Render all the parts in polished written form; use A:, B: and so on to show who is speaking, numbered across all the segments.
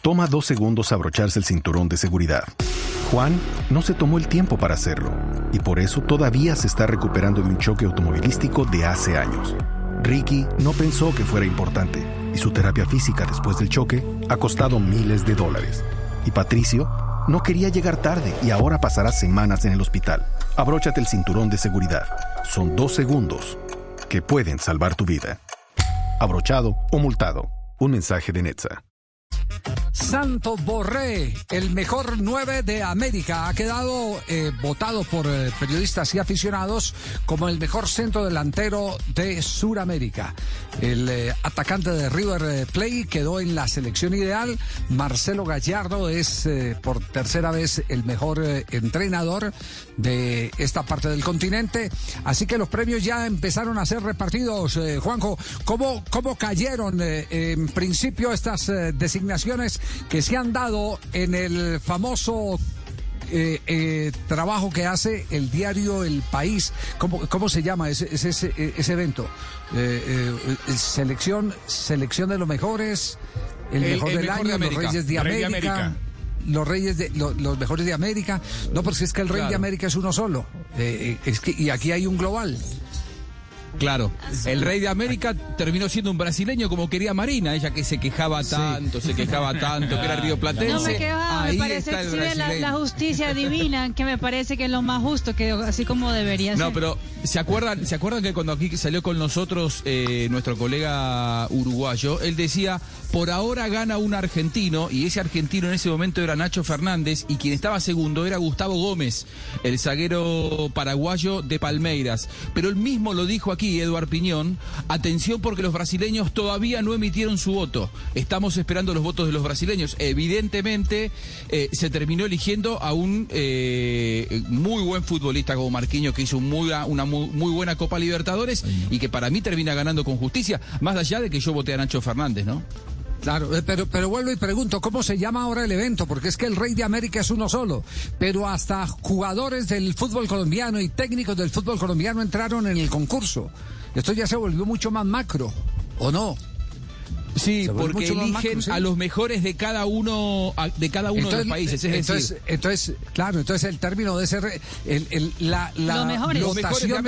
A: Toma 2 segundos abrocharse el cinturón de seguridad. Juan no se tomó el tiempo para hacerlo y por eso todavía se está recuperando de un choque automovilístico de hace años. Ricky no pensó que fuera importante y su terapia física después del choque ha costado miles de dólares. Y Patricio no quería llegar tarde y ahora pasará semanas en el hospital. Abróchate el cinturón de seguridad. Son 2 segundos que pueden salvar tu vida. Abrochado o multado. Un mensaje de Netza.
B: Santos Borré, el mejor 9 de América, ha quedado votado por periodistas y aficionados como el mejor centro delantero de Sudamérica. El atacante de River Plate quedó en la selección ideal. Marcelo Gallardo es por tercera vez el mejor entrenador de esta parte del continente. Así que los premios ya empezaron a ser repartidos. Juanjo, ¿cómo cayeron en principio estas designaciones que se han dado en el famoso trabajo que hace el diario El País? ¿Cómo se llama ese evento? Selección de los mejores, el mejor del año, de los Reyes de América. Los mejores de América. No, porque es que el Rey de América es uno solo. Y aquí hay un global.
C: Claro, el Rey de América terminó siendo un brasileño como quería Marina, ella que se quejaba tanto, que era rioplatense.
D: No me quejaba,
C: ahí
D: me parece
C: está
D: que exhibe la justicia divina, que me parece que es lo más justo, que así como debería ser.
C: No, pero ¿se acuerdan que cuando aquí salió con nosotros nuestro colega uruguayo, él decía, por ahora gana un argentino, y ese argentino en ese momento era Nacho Fernández, y quien estaba segundo era Gustavo Gómez, el zaguero paraguayo de Palmeiras. Pero él mismo lo dijo aquí, Eduard Piñón, atención porque los brasileños todavía no emitieron su voto. Estamos esperando los votos de los brasileños. Evidentemente se terminó eligiendo a un muy buen futbolista como Marquinhos, que hizo una muy buena Copa Libertadores y que para mí termina ganando con justicia, más allá de que yo voté a Nacho Fernández, ¿no?
B: Claro, pero vuelvo y pregunto, ¿cómo se llama ahora el evento? Porque es que el Rey de América es uno solo, pero hasta jugadores del fútbol colombiano y técnicos del fútbol colombiano entraron en el concurso. Esto ya se volvió mucho más macro, ¿o no?
C: Sí, porque eligen macro, ¿sí? A los mejores de cada uno de los países.
B: Entonces, el término de ser la votación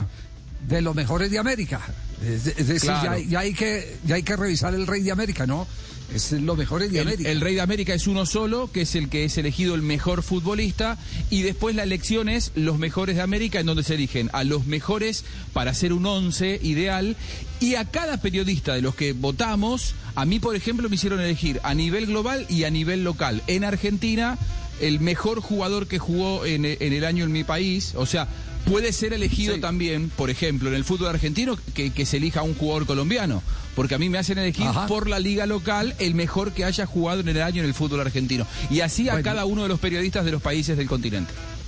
B: de los mejores de América. Es decir, claro. ya hay que revisar el Rey de América, ¿no? Es los mejores de América.
C: El Rey de América es uno solo, que es el que es elegido el mejor futbolista, y después la elección es los mejores de América, en donde se eligen a los mejores para hacer un 11 ideal, y a cada periodista de los que votamos, a mí por ejemplo me hicieron elegir a nivel global y a nivel local. En Argentina, el mejor jugador que jugó en el año en mi país, o sea, puede ser elegido también, por ejemplo, en el fútbol argentino, que se elija a un jugador colombiano, porque a mí me hacen elegir por la liga local el mejor que haya jugado en el año en el fútbol argentino. Y así a cada uno de los periodistas de los países del continente.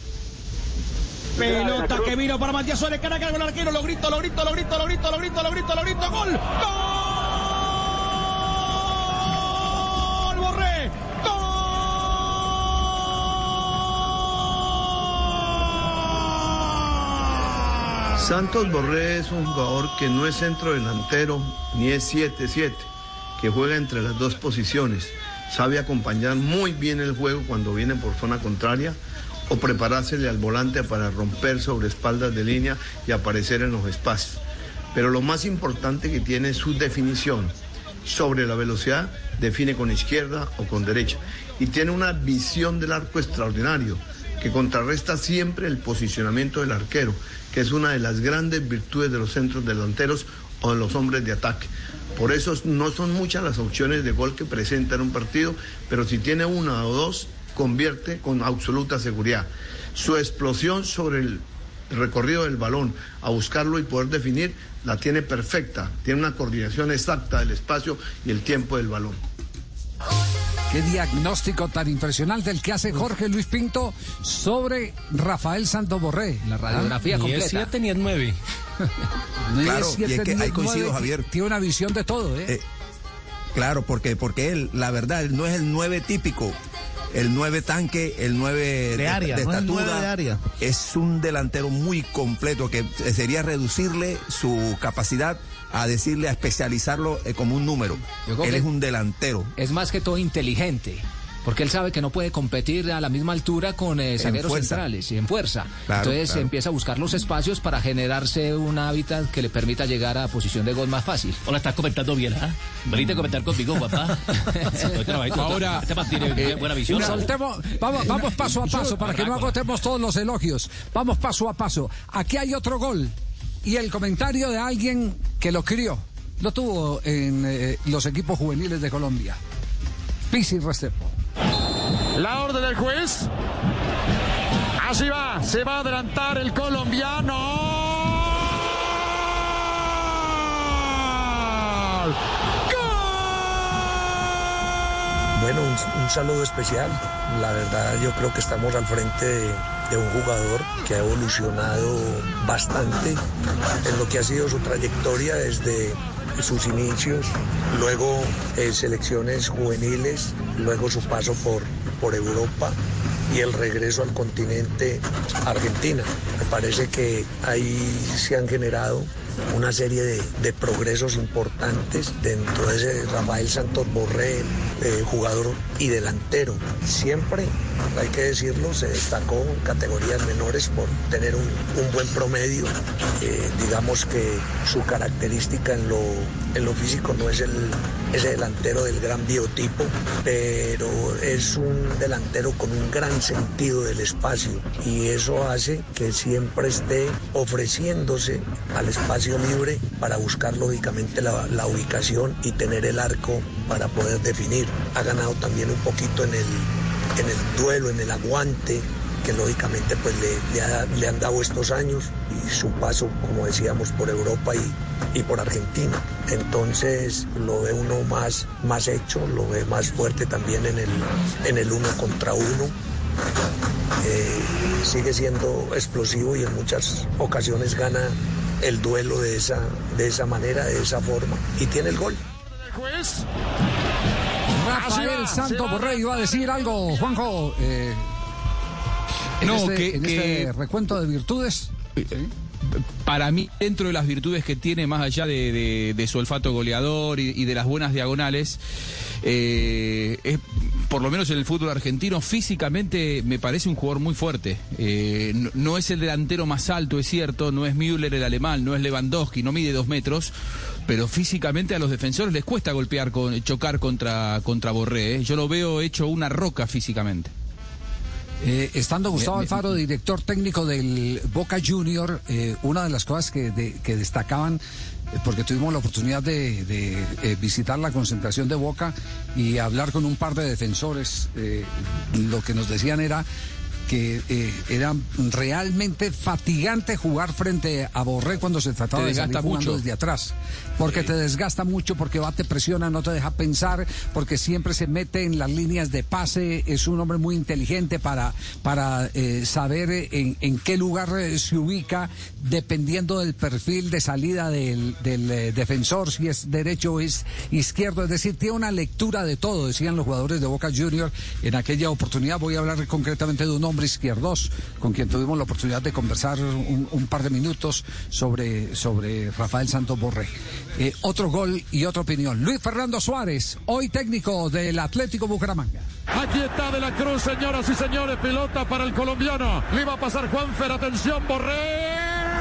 E: Pelota que vino para Matías Suárez, cara con el arquero, lo grito, gol, ¡gol! ¡Borré!
F: Santos Borré es un jugador que no es centro delantero ni es 7-7, que juega entre las dos posiciones. Sabe acompañar muy bien el juego cuando viene por zona contraria o preparársele al volante para romper sobre espaldas de línea y aparecer en los espacios. Pero lo más importante que tiene es su definición. Sobre la velocidad, define con izquierda o con derecha. Y tiene una visión del arco extraordinario, que contrarresta siempre el posicionamiento del arquero, que es una de las grandes virtudes de los centros delanteros o de los hombres de ataque. Por eso no son muchas las opciones de gol que presenta en un partido, pero si tiene una o dos, convierte con absoluta seguridad. Su explosión sobre el recorrido del balón, a buscarlo y poder definir, la tiene perfecta. Tiene una coordinación exacta del espacio y el tiempo del balón.
B: Qué diagnóstico tan impresionante el que hace Jorge Luis Pinto sobre Rafael Santos Borré.
G: La radiografía completa. Ni es 7 ni es 9.
H: Claro, y es que ahí coincido, Javier.
B: Tiene una visión de todo, ¿eh?
H: Claro, porque él, la verdad, él no es el 9 típico. el 9 tanque, el 9
I: de área,
H: de
I: no
H: estatura.
I: El 9 de área.
H: Es un delantero muy completo que sería reducirle su capacidad a decirle, a especializarlo como un número. Él es un delantero.
J: Es más que todo inteligente. Porque él sabe que no puede competir a la misma altura con zagueros centrales y en fuerza. Claro, entonces empieza a buscar los espacios para generarse un hábitat que le permita llegar a posición de gol más fácil.
G: Hola, estás comentando bien, ¿ah? Venite a comentar conmigo, papá.
C: Ahora,
G: tiene buena visión.
B: Vamos paso a paso para que no agotemos todos los elogios. Vamos paso a paso. Aquí hay otro gol y el comentario de alguien que lo crió. Lo tuvo en los equipos juveniles de Colombia. Pizzi Restrepo.
E: La orden del juez. Así va, se va a adelantar el colombiano. ¡Gol!
K: Bueno, un saludo especial. La verdad, yo creo que estamos al frente de un jugador que ha evolucionado bastante en lo que ha sido su trayectoria desde sus inicios, luego selecciones juveniles, luego su paso por Europa y el regreso al continente Argentina. Me parece que ahí se han generado una serie de progresos importantes dentro de ese Rafael Santos Borré, jugador y delantero. Siempre, hay que decirlo, se destacó en categorías menores por tener un buen promedio. Digamos que su característica en lo físico no es ese delantero del gran biotipo, pero es un delantero con un gran sentido del espacio y eso hace que siempre esté ofreciéndose al espacio libre para buscar lógicamente la ubicación y tener el arco para poder definir. Ha ganado también un poquito en el duelo, en el aguante, que lógicamente pues le han dado estos años y su paso, como decíamos, por Europa y por Argentina. Entonces lo ve uno más hecho, lo ve más fuerte también en el 1 contra 1. Sigue siendo explosivo y en muchas ocasiones gana el duelo de esa manera, de esa forma, y tiene el gol.
B: Rafael Santos Borré iba a decir algo, Juanjo, en este recuento de virtudes.
C: Para mí, dentro de las virtudes que tiene, más allá de su olfato goleador y de las buenas diagonales, es, por lo menos en el fútbol argentino, físicamente me parece un jugador muy fuerte. No es el delantero más alto, es cierto, no es Müller el alemán, no es Lewandowski, no mide 2 metros, pero físicamente a los defensores les cuesta chocar contra Borré. Yo lo veo hecho una roca físicamente.
B: Estando Gustavo Alfaro, director técnico del Boca Junior, una de las cosas que destacaban, porque tuvimos la oportunidad de visitar la concentración de Boca y hablar con un par de defensores, lo que nos decían era que era realmente fatigante jugar frente a Borré cuando se trataba de salir jugando desde atrás, porque te desgasta mucho, porque te presiona, no te deja pensar, porque siempre se mete en las líneas de pase. Es un hombre muy inteligente para saber en qué lugar se ubica dependiendo del perfil de salida del defensor, si es derecho o es izquierdo, es decir, tiene una lectura de todo, decían los jugadores de Boca Junior en aquella oportunidad. Voy a hablar concretamente de un hombre izquierdos con quien tuvimos la oportunidad de conversar un par de minutos sobre Rafael Santos Borré. Otro gol y otra opinión. Luis Fernando Suárez, hoy técnico del Atlético Bucaramanga.
E: Aquí está De la Cruz, señoras y señores, pelota para el colombiano. Le va a pasar Juanfer, atención, Borré.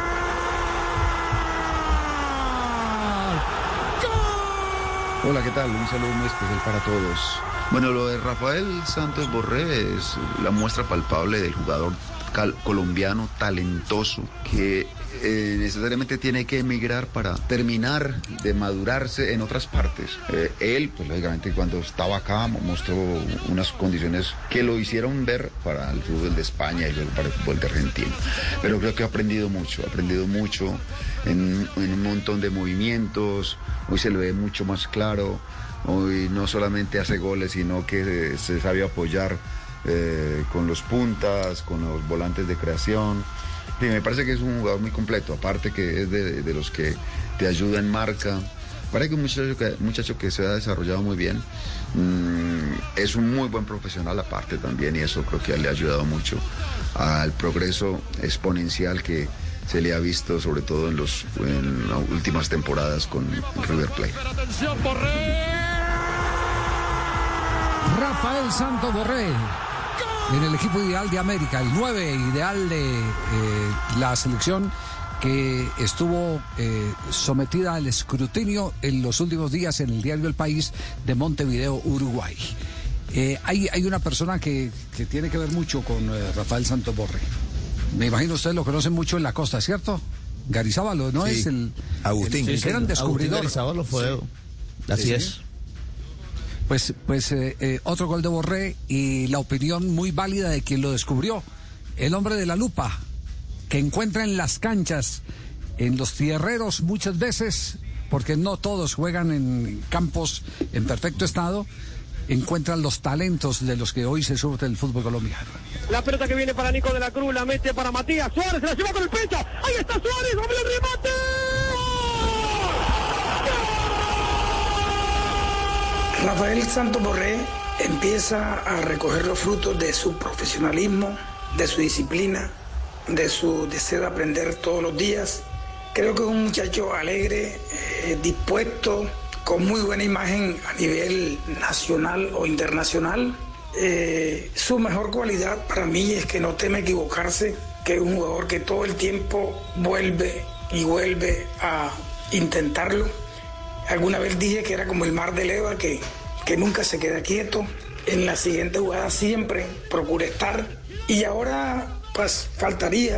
L: Hola, ¿qué tal? Un saludo muy especial para todos. Bueno, lo de Rafael Santos Borré es la muestra palpable del jugador colombiano talentoso que necesariamente tiene que emigrar para terminar de madurarse en otras partes. Él, pues lógicamente cuando estaba acá mostró unas condiciones que lo hicieron ver para el fútbol de España y luego para el fútbol de Argentina. Pero creo que ha aprendido mucho en un montón de movimientos. Hoy se le ve mucho más claro. Hoy no solamente hace goles, sino que se sabe apoyar con los puntas, con los volantes de creación. Sí, me parece que es un jugador muy completo, aparte que es de los que te ayuda en marca. Parece que un muchacho que se ha desarrollado muy bien. Es un muy buen profesional aparte también, y eso creo que le ha ayudado mucho al progreso exponencial que se le ha visto, sobre todo en las últimas temporadas con River Plate.
B: Rafael Santos Borré, en el equipo ideal de América, el 9 ideal de la selección que estuvo sometida al escrutinio en los últimos días en el diario El País de Montevideo, Uruguay. Hay una persona que tiene que ver mucho con Rafael Santos Borré. Me imagino ustedes lo conocen mucho en la costa, ¿cierto? Garizábalo, ¿no? Sí. Es el
H: Agustín.
B: El gran descubridor.
I: Agustín Garizábalo fue. Sí. Así es.
B: Pues otro gol de Borré y la opinión muy válida de quien lo descubrió. El hombre de la lupa, que encuentra en las canchas, en los tierreros muchas veces, porque no todos juegan en campos en perfecto estado, encuentran los talentos de los que hoy se surte el fútbol colombiano.
M: La pelota que viene para Nico de la Cruz, la mete para Matías Suárez, se la lleva con el pecho, ahí está Suárez, ¡vamos el remate!
K: Rafael Santos Borré empieza a recoger los frutos de su profesionalismo, de su disciplina, de su deseo de aprender todos los días. Creo que es un muchacho alegre, dispuesto, con muy buena imagen a nivel nacional o internacional. Su mejor cualidad para mí es que no teme equivocarse, que es un jugador que todo el tiempo vuelve y vuelve a intentarlo. Alguna vez dije que era como el mar de leva, que nunca se queda quieto. En la siguiente jugada siempre procura estar. Y ahora pues faltaría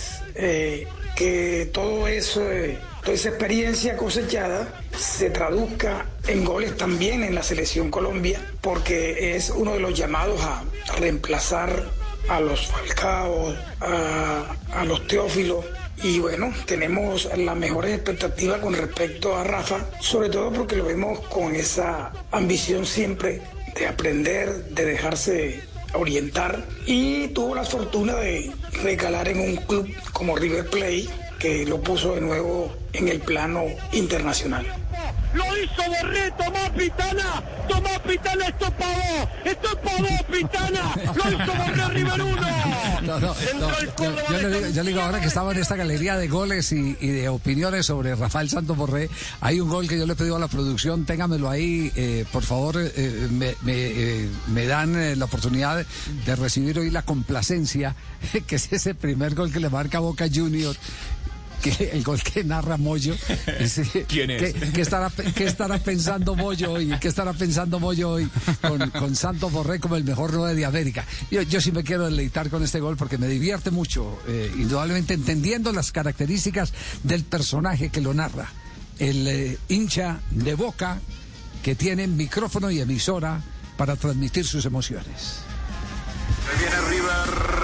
K: que todo eso, toda esa experiencia cosechada se traduzca en goles también en la selección Colombia, porque es uno de los llamados a reemplazar a los Falcao, a los Teófilo. Y bueno, tenemos las mejores expectativas con respecto a Rafa, sobre todo porque lo vemos con esa ambición siempre de aprender, de dejarse orientar, y tuvo la fortuna de recalar en un club como River Plate, que lo puso de nuevo en el plano internacional.
M: Lo hizo Borré, tomó Pitana, esto es pavó, Pitana, lo hizo Borré, River 1.
B: Yo le digo ahora que estaba en esta galería de goles y de opiniones sobre Rafael Santos Borré, hay un gol que yo le he pedido a la producción, téngamelo ahí, por favor, me dan la oportunidad de recibir hoy la complacencia, que es ese primer gol que le marca Boca Juniors, que el gol que narra Moyo.
C: ¿Quién es?
B: ¿Qué estará pensando Moyo hoy? ¿Qué estará pensando Moyo hoy con Santos Borré como el mejor 9 de América? Yo sí me quiero deleitar con este gol porque me divierte mucho, indudablemente entendiendo las características del personaje que lo narra. El hincha de Boca que tiene micrófono y emisora para transmitir sus emociones.
N: Se viene River.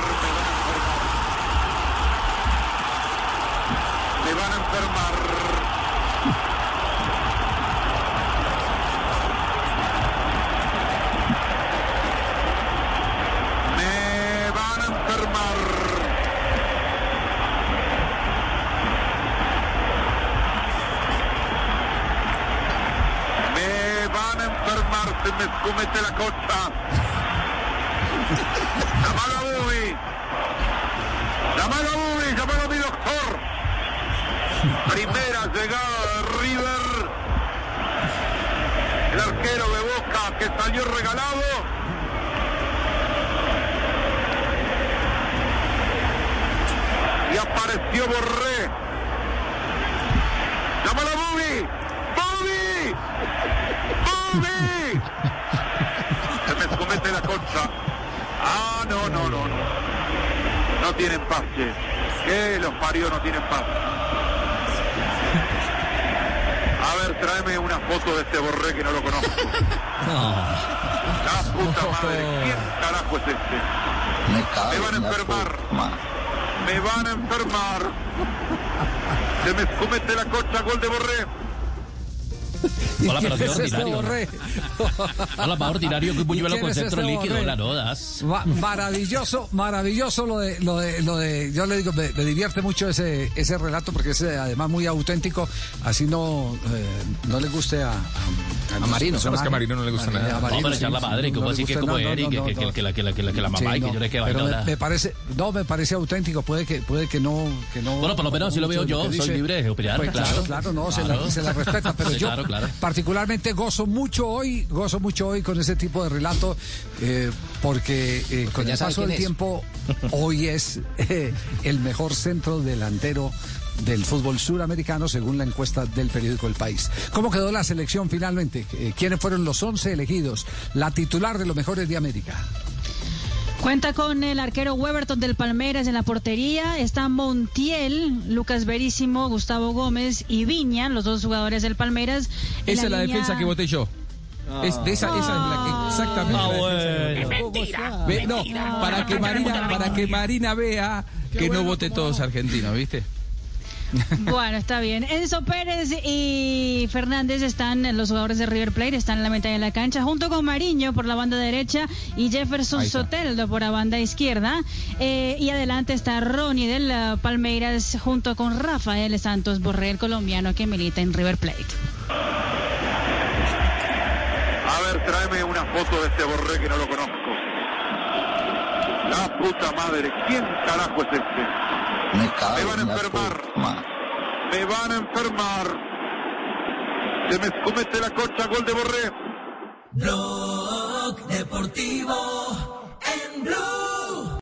N: Me van a enfermar. Me van a enfermar. Me van a enfermar, se me escumete la costa. Llamalo a Bubi. Llamalo a Bubi, llamalo a mi doctor. Primera llegada de River. El arquero de Boca que salió regalado. Y apareció Borré. ¡Llámalo a Bubi! ¡Bubi! ¡Bubi! Se me escomete la concha. Ah, no. No tienen paz, che. Que los parió no tienen paz. A ver, tráeme una foto de este Borré que no lo conozco. La puta madre, ¿quién carajo es este? Me van a enfermar. Me van a enfermar. Se me escomete la cocha, gol de Borré.
G: Hola, pero qué ordinario. Hola, más ordinario que un buñuelo con centro líquido, la no das.
B: Maravilloso lo de yo le digo, me divierte mucho ese relato porque es además muy auténtico, así no le guste a Marino.
O: Sabes que a Marino no le gusta nada.
G: No, para echar la madre, como así que como Eric, que la mamá y que yo le quedo bailando.
B: Me parece auténtico, puede que no.
G: Bueno, por lo menos si lo veo yo, soy libre de opinar.
B: Pues claro, no, se la respeta, pero yo particularmente gozo mucho hoy con ese tipo de relato, porque con el paso del tiempo, hoy es el mejor centro delantero del fútbol suramericano según la encuesta del periódico El País. ¿Cómo quedó la selección finalmente? ¿Quiénes fueron los 11 elegidos? La titular de los mejores de América.
D: Cuenta con el arquero Weberton del Palmeiras en la portería. Está Montiel, Lucas Veríssimo, Gustavo Gómez y Viña, los dos jugadores del Palmeiras.
C: Esa es la defensa que voté yo. Esa es la que exactamente.
G: Mentira.
C: Para que Marina vea que no vote todos argentinos, ¿viste?
D: Bueno, está bien. Enzo Pérez y Fernández están, los jugadores de River Plate, están en la mitad de la cancha, junto con Mariño por la banda derecha y Jefferson Soteldo por la banda izquierda. Y adelante está Ronnie del Palmeiras, junto con Rafael Santos Borré, el colombiano que milita en River Plate.
N: A ver, tráeme una foto de este Borré que no lo conozco. La puta madre, ¿quién carajo es este? Me van a enfermar. Me van a enfermar. Se me comete la concha, gol de Borré.
P: Blog Deportivo.